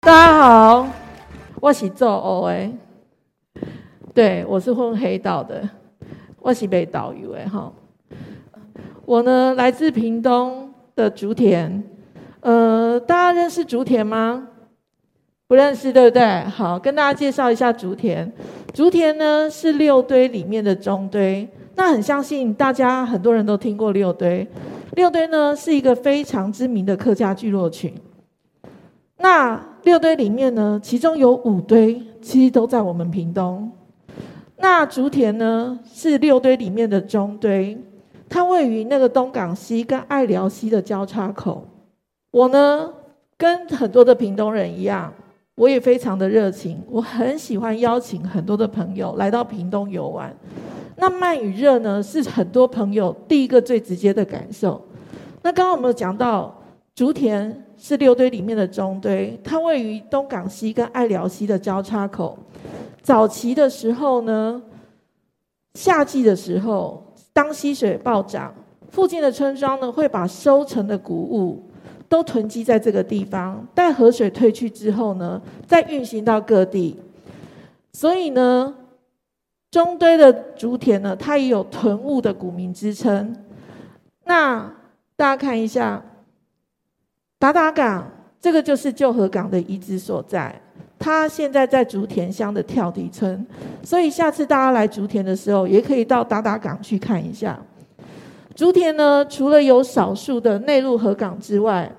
大家好，我是做欧的，对，我是混黑道的，我是被导游的哈。我呢来自屏东的竹田，大家认识竹田吗？不认识，对不对？好，跟大家介绍一下竹田。竹田呢是六堆里面的中堆，那很相信大家很多人都听过六堆。六堆呢是一个非常知名的客家聚落群。那六堆里面呢，其中有5堆其实都在我们屏东。那竹田呢是六堆里面的中堆，它位于那个东港溪跟爱寮溪的交叉口。我呢跟很多的屏东人一样，我也非常的热情，我很喜欢邀请很多的朋友来到屏东游玩。那慢与热呢是很多朋友第一个最直接的感受。那刚刚我们有讲到竹田是六堆里面的中堆，它位于东港溪跟爱寮溪的交叉口。早期的时候呢，夏季的时候，当溪水暴涨，附近的村庄呢会把收成的谷物都囤积在这个地方，待河水退去之后呢，再运行到各地。所以呢，中堆的竹田呢，它也有囤物的古名之称。那大家看一下，达达港，这个就是旧河港的遗址所在，它现在在竹田乡的跳底村，所以下次大家来竹田的时候，也可以到达达港去看一下。竹田呢，除了有少数的内陆河港之外，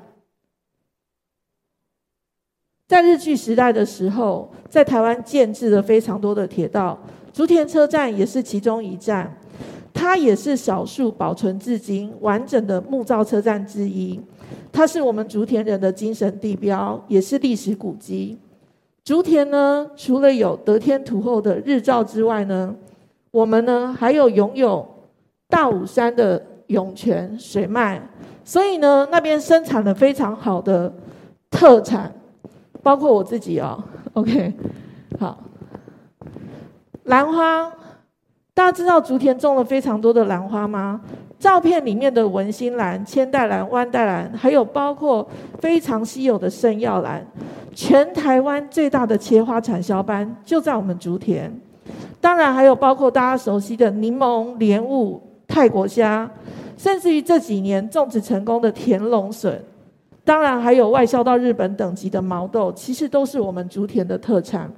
在日据时代的时候，在台湾建制了非常多的铁道，竹田车站也是其中一站，它也是少数保存至今完整的木造车站之一。它是我们竹田人的精神地标，也是历史古迹。竹田呢，除了有得天独厚的日照之外呢，我们呢还有拥有大武山的涌泉水脉，所以呢那边生产了非常好的特产，包括我自己哦。OK， 好，兰花，大家知道竹田种了非常多的兰花吗？照片里面的文心兰、千代兰、万代兰，还有包括非常稀有的圣药兰，全台湾最大的茄花产销班就在我们竹田。当然还有包括大家熟悉的柠檬、莲雾、泰国虾，甚至于这几年种植成功的田龙笋，当然还有外销到日本等级的毛豆，其实都是我们竹田的特产。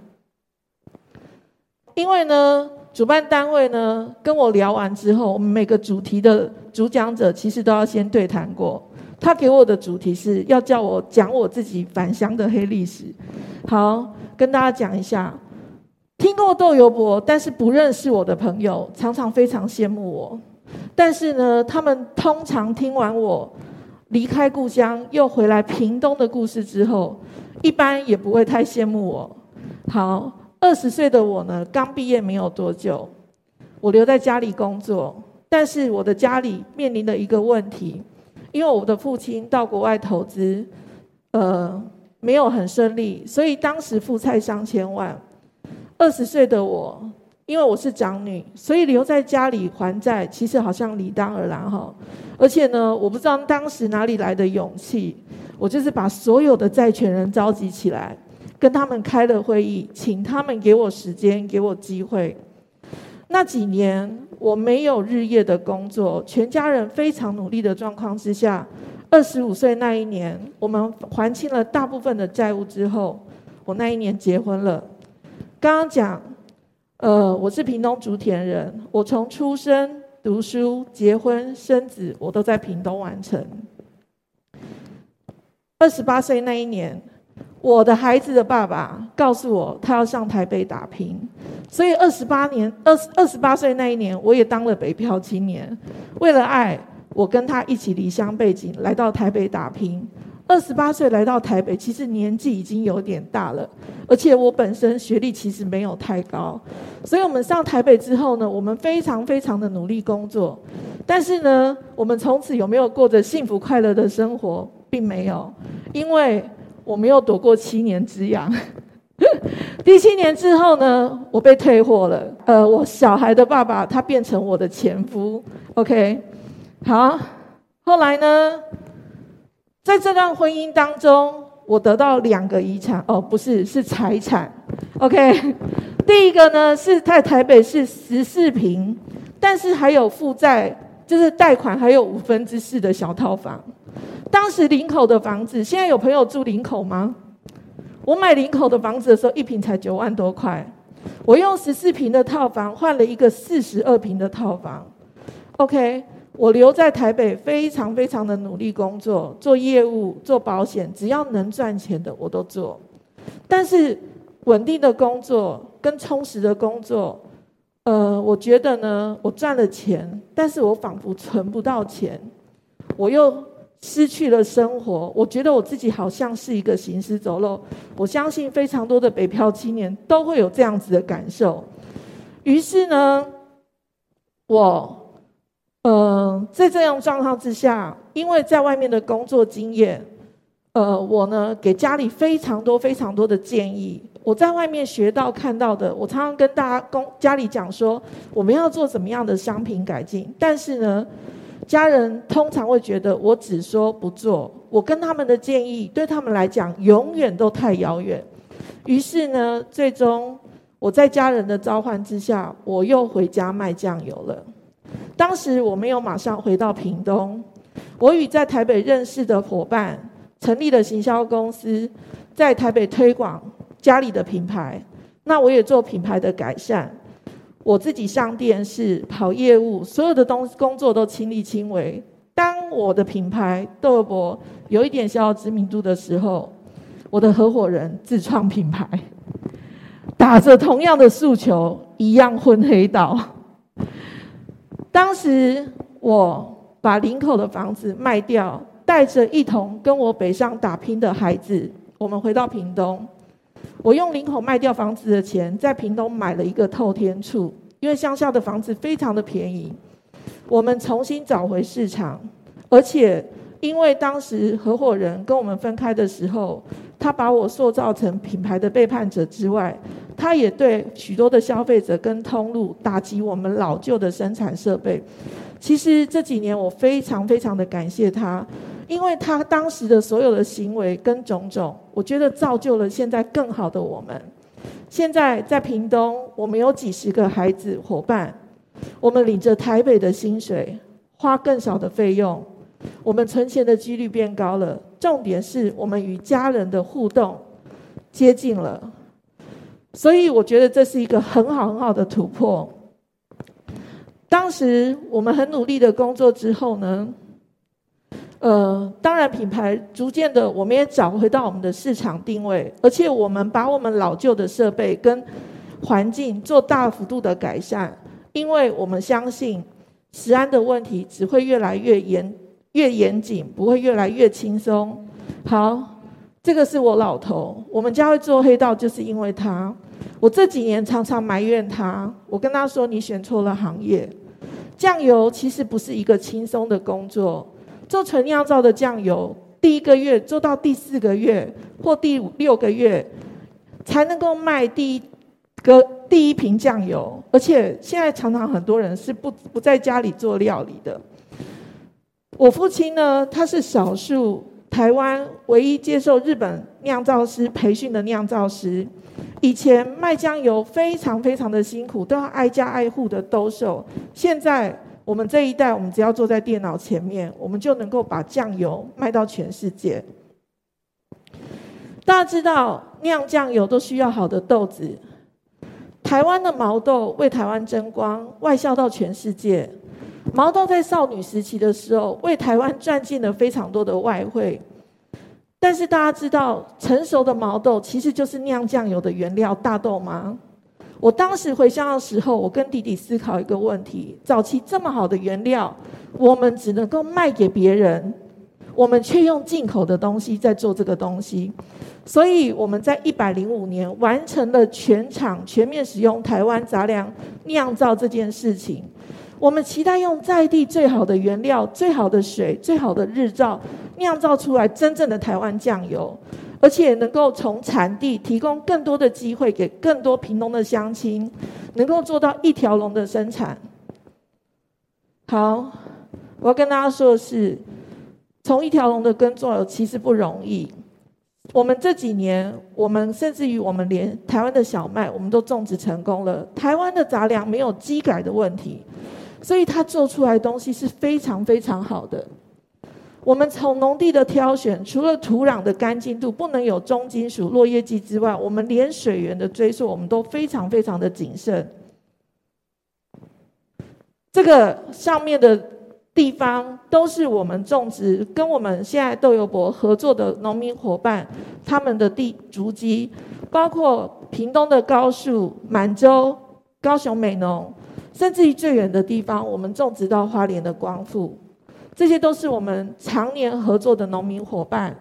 因为呢，主办单位呢跟我聊完之后，我们每个主题的主讲者其实都要先对谈过。他给我的主题是要叫我讲我自己返乡的黑历史。好，跟大家讲一下，听过豆油伯但是不认识我的朋友，常常非常羡慕我。但是呢，他们通常听完我离开故乡又回来屏东的故事之后，一般也不会太羡慕我。好，20岁的我呢，刚毕业没有多久，我留在家里工作，但是我的家里面临的一个问题，因为我的父亲到国外投资，没有很顺利，所以当时负债上千万。20岁的我，因为我是长女，所以留在家里还债，其实好像理当而然哈。而且呢，我不知道当时哪里来的勇气，我就是把所有的债权人召集起来，跟他们开了会议，请他们给我时间，给我机会。那几年我没有日夜的工作，全家人非常努力的状况之下，25岁那一年，我们还清了大部分的债务之后，我那一年结婚了。刚刚讲，我是屏东竹田人，我从出生、读书、结婚、生子，我都在屏东完成。28岁那一年，我的孩子的爸爸告诉我，他要上台北打拼，所以28岁那一年，我也当了北漂青年。为了爱，我跟他一起离乡背井，来到台北打拼。28岁来到台北，其实年纪已经有点大了，而且我本身学历其实没有太高，所以我们上台北之后呢，我们非常非常的努力工作，但是呢，我们从此有没有过着幸福快乐的生活，并没有，因为我没有躲过7年之痒。第7年之后呢，我被退货了。我小孩的爸爸他变成我的前夫。OK， 好，后来呢，在这段婚姻当中， 我得到2个遗产，不是，是财产。OK， 第一个呢是在台北市14坪，但是还有负债，就是贷款还有4/5的小套房。当时林口的房子，现在有朋友住林口吗？我买林口的房子的时候，1坪才9万多块，我用14坪的套房换了一个42坪的套房。OK， 我留在台北非常非常的努力工作，做业务、做保险，只要能赚钱的我都做。但是稳定的工作跟充实的工作，我觉得呢，我赚了钱，但是我仿佛存不到钱，我又失去了生活。我觉得我自己好像是一个行尸走肉。我相信非常多的北漂青年都会有这样子的感受。于是呢，我在这样状况之下，因为在外面的工作经验，我呢给家里非常多非常多的建议。我在外面学到看到的，我常常跟家里讲说，我们要做怎么样的商品改进。但是呢，家人通常会觉得我只说不做，我跟他们的建议对他们来讲永远都太遥远。于是呢，最终我在家人的召唤之下，我又回家卖酱油了。当时我没有马上回到屏东，我与在台北认识的伙伴成立了行销公司，在台北推广家里的品牌。那我也做品牌的改善，我自己上电视、跑业务，所有的工作都亲力亲为。当我的品牌豆儿伯有一点小小知名度的时候，我的合伙人自创品牌，打着同样的诉求，一样混黑道。当时我把林口的房子卖掉，带着一同跟我北上打拼的孩子，我们回到屏东。我用林口卖掉房子的钱，在屏东买了一个透天厝，因为乡下的房子非常的便宜。我们重新找回市场，而且因为当时合伙人跟我们分开的时候，他把我塑造成品牌的背叛者之外，他也对许多的消费者跟通路打击我们老旧的生产设备。其实这几年我非常非常的感谢他，因为他当时的所有的行为跟种种，我觉得造就了现在更好的我们。现在在屏东，我们有几十个孩子伙伴，我们领着台北的薪水，花更少的费用，我们存钱的几率变高了。重点是我们与家人的互动接近了，所以我觉得这是一个很好很好的突破。当时我们很努力的工作之后呢，当然品牌逐渐的我们也找回到我们的市场定位，而且我们把我们老旧的设备跟环境做大幅度的改善，因为我们相信食安的问题只会越来越严谨，不会越来越轻松。好，这个是我老头，我们家会做黑道就是因为他。我这几年常常埋怨他，我跟他说，你选错了行业。酱油其实不是一个轻松的工作，做纯酿造的酱油，第1个月做到第4个月或第6个月才能够卖第一瓶酱油，而且现在常常很多人是不在家里做料理的。我父亲呢，他是少数台湾唯一接受日本酿造师培训的酿造师。以前卖酱油非常非常的辛苦，都要挨家挨户的兜售。现在我们这一代，我们只要坐在电脑前面，我们就能够把酱油卖到全世界。大家知道酿酱油都需要好的豆子，台湾的毛豆为台湾争光，外销到全世界。毛豆在少女时期的时候，为台湾赚进了非常多的外汇。但是大家知道成熟的毛豆其实就是酿酱油的原料大豆吗？我当时回乡的时候，我跟弟弟思考一个问题，早期这么好的原料，我们只能够卖给别人，我们却用进口的东西在做这个东西。所以我们在105年完成了全厂全面使用台湾杂粮酿造这件事情。我们期待用在地最好的原料、最好的水、最好的日照，酿造出来真正的台湾酱油，而且能够从产地提供更多的机会给更多屏东的乡亲，能够做到一条龙的生产。好，我要跟大家说的是，从一条龙的耕作其实不容易。 我们这几年，我们甚至于我们连台湾的小麦，我们都种植成功了。台湾的杂粮没有基改的问题，所以它做出来的东西是非常非常好的。我们从农地的挑选，除了土壤的干净度不能有重金属、落叶剂之外，我们连水源的追溯，我们都非常非常的谨慎。这个上面的地方都是我们种植跟我们现在豆油伯合作的农民伙伴他们的足迹，包括屏东的高树、满洲、高雄美浓，甚至于最远的地方我们种植到花莲的光复，这些都是我们常年合作的农民伙伴。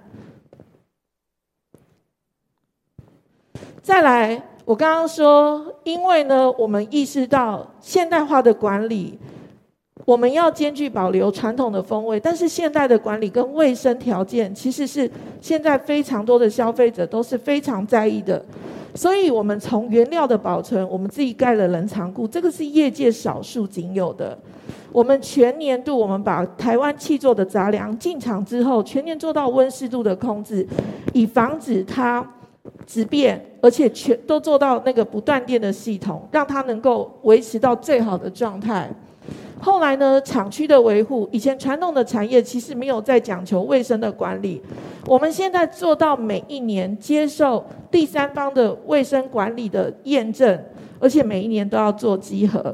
再来，我刚刚说，因为呢我们意识到现代化的管理，我们要兼具保留传统的风味，但是现代的管理跟卫生条件其实是现在非常多的消费者都是非常在意的。所以我们从原料的保存，我们自己盖了冷藏库，这个是业界少数仅有的。我们全年度我们把台湾契作的杂粮进场之后，全年做到温湿度的控制，以防止它质变，而且全都做到那个不断电的系统，让它能够维持到最好的状态。后来呢，厂区的维护，以前传统的产业其实没有在讲求卫生的管理，我们现在做到每一年接受第三方的卫生管理的验证，而且每一年都要做稽核。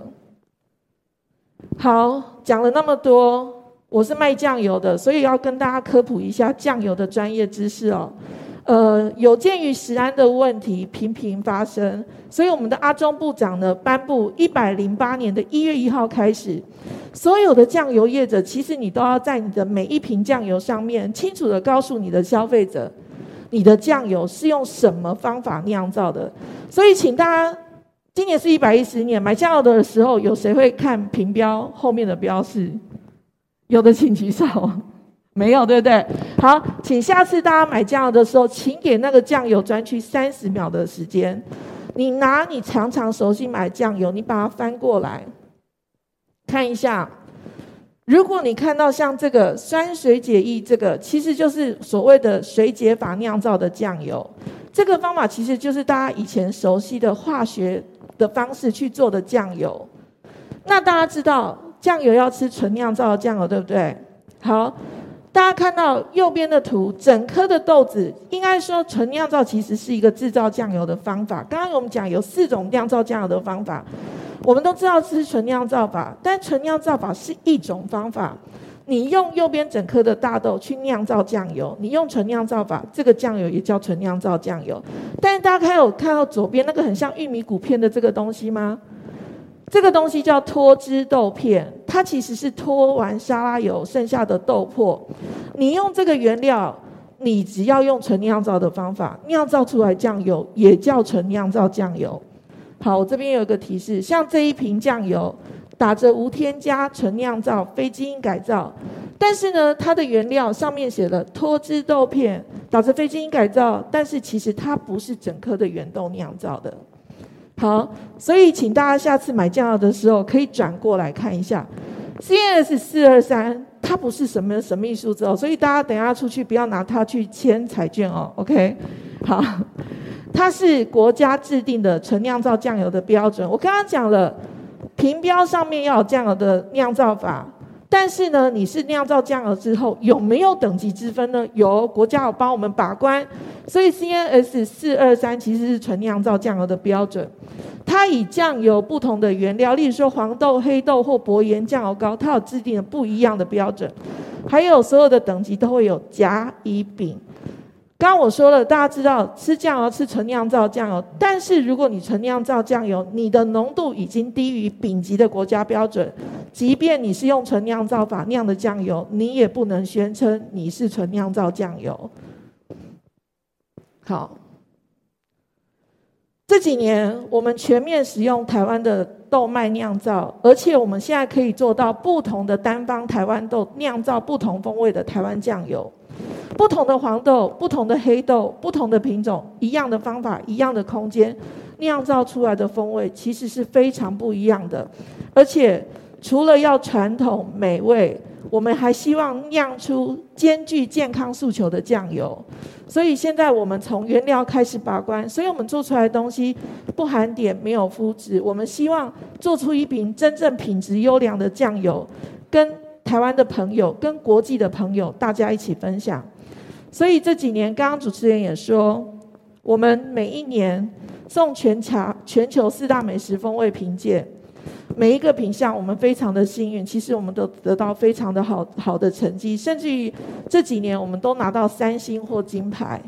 好，讲了那么多，我是卖酱油的，所以要跟大家科普一下酱油的专业知识哦。有鉴于食安的问题频频发生，所以我们的阿中部长呢颁布108年的1月1号开始，所有的酱油业者，其实你都要在你的每一瓶酱油上面清楚的告诉你的消费者，你的酱油是用什么方法酿造的。所以请大家，今年是110年，买酱油的时候，有谁会看瓶标后面的标示？有的请举手。没有，对不对？好，请下次大家买酱油的时候，请给那个酱油专区30秒的时间。你拿你常常熟悉买酱油，你把它翻过来看一下。如果你看到像这个酸水解液，这个其实就是所谓的水解法酿造的酱油。这个方法其实就是大家以前熟悉的化学的方式去做的酱油。那大家知道酱油要吃纯酿造的酱油，对不对？好。大家看到右边的图，整颗的豆子，应该说纯酿造其实是一个制造酱油的方法。刚刚我们讲有4种酿造酱油的方法，我们都知道是纯酿造法，但纯酿造法是一种方法。你用右边整颗的大豆去酿造酱油，你用纯酿造法，这个酱油也叫纯酿造酱油。但是大家有看到左边那个很像玉米谷片的这个东西吗？这个东西叫脱脂豆片，它其实是脱完沙拉油剩下的豆粕。你用这个原料，你只要用纯酿造的方法酿造出来酱油，也叫纯酿造酱油。好，我这边有一个提示，像这一瓶酱油打着无添加、纯酿造、非基因改造，但是呢，它的原料上面写了脱脂豆片，打着非基因改造，但是其实它不是整颗的原豆酿造的。好，所以请大家下次买酱油的时候，可以转过来看一下 ，CNS423，它不是什么神秘数字哦，所以大家等一下出去不要拿它去签彩券哦 ，OK？ 好，它是国家制定的纯酿造酱油的标准。我刚刚讲了，瓶标上面要有酱油的酿造法，但是呢，你是酿造酱油之后有没有等级之分呢？有，国家有帮我们把关。所以 CNS423 其实是纯酿造酱油的标准，它以酱油不同的原料，例如说黄豆、黑豆或薄盐酱油膏，它有制定了不一样的标准，还有所有的等级都会有甲、乙、丙。刚刚我说了，大家知道吃酱油吃纯酿造酱油，但是如果你纯酿造酱油，你的浓度已经低于丙级的国家标准，即便你是用纯酿造法酿的酱油，你也不能宣称你是纯酿造酱油。好，这几年我们全面使用台湾的豆麦酿造，而且我们现在可以做到不同的单方台湾豆酿造不同风味的台湾酱油，不同的黄豆、不同的黑豆、不同的品种，一样的方法、一样的空间，酿造出来的风味其实是非常不一样的。而且除了要传统美味， 我们还希望酿出兼具健康诉求的酱油。所以现在我们从原料开始把关，所以我们做出来的东西不含碘，没有麸质。我们希望做出一瓶真正品质优良的酱油，跟台湾的朋友、跟国际的朋友大家一起分享。所以这几年，刚刚主持人也说，我们每一年送全球4大美食风味评鉴，每一个品项我们非常的幸运，其实我们都得到非常的好的成绩，甚至于这几年我们都拿到3星或金牌。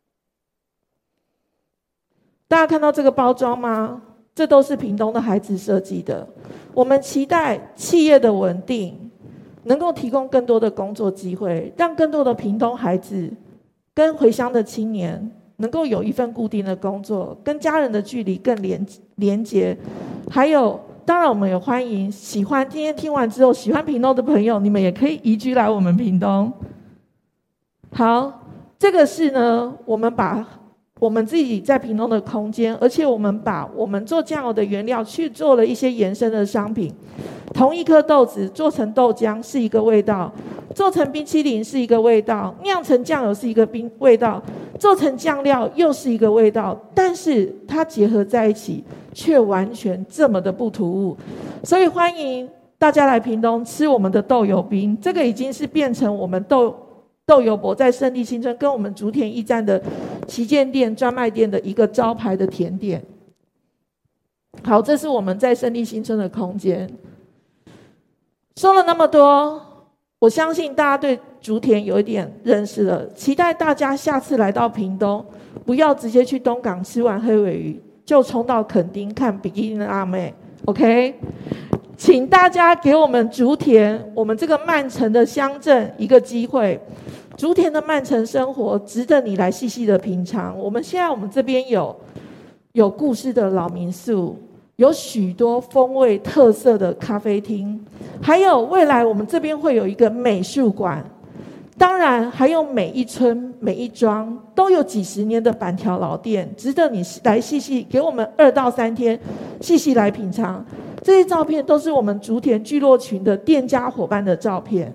大家看到这个包装吗？这都是屏东的孩子设计的。我们期待企业的稳定，能够提供更多的工作机会，让更多的屏东孩子跟回乡的青年能够有一份固定的工作，跟家人的距离更连结。还有当然我们也欢迎今天听完之后喜欢屏东的朋友，你们也可以移居来我们屏东。好，这个是呢，我们把我们自己在屏东的空间，而且我们把我们做酱油的原料去做了一些延伸的商品。同一颗豆子做成豆浆是一个味道，做成冰淇淋是一个味道，酿成酱油是一个味道，做成酱料又是一个味道，但是它结合在一起却完全这么的不突兀。所以欢迎大家来屏东吃我们的豆油冰，这个已经是变成我们豆油伯在胜利新村跟我们竹田驿站的旗舰店专卖店的一个招牌的甜点。好，这是我们在胜利新村的空间。说了那么多，我相信大家对竹田有一点认识了，期待大家下次来到屏东，不要直接去东港吃完黑鮪鱼就冲到垦丁看比基尼阿妹 OK， 请大家给我们竹田，我们这个慢城的乡镇一个机会。竹田的慢城生活值得你来细细的品尝。我们这边有故事的老民宿，有许多风味特色的咖啡厅，还有未来我们这边会有一个美术馆，当然还有每一村每一庄都有几十年的板条老店，值得你来细细给我们2到3天细细来品尝。这些照片都是我们竹田聚落群的店家伙伴的照片。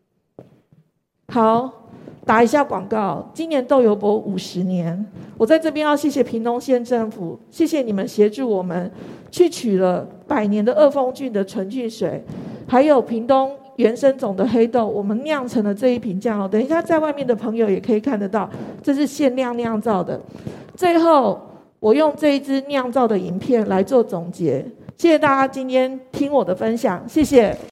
好，打一下广告，今年豆油伯50年，我在这边要谢谢屏东县政府，谢谢你们协助我们去取了100年的二峰郡的纯净水，还有屏东原生种的黑豆，我们酿成了这一瓶酱油。等一下在外面的朋友也可以看得到，这是限量酿造的。最后我用这一支酿造的影片来做总结，谢谢大家今天听我的分享，谢谢。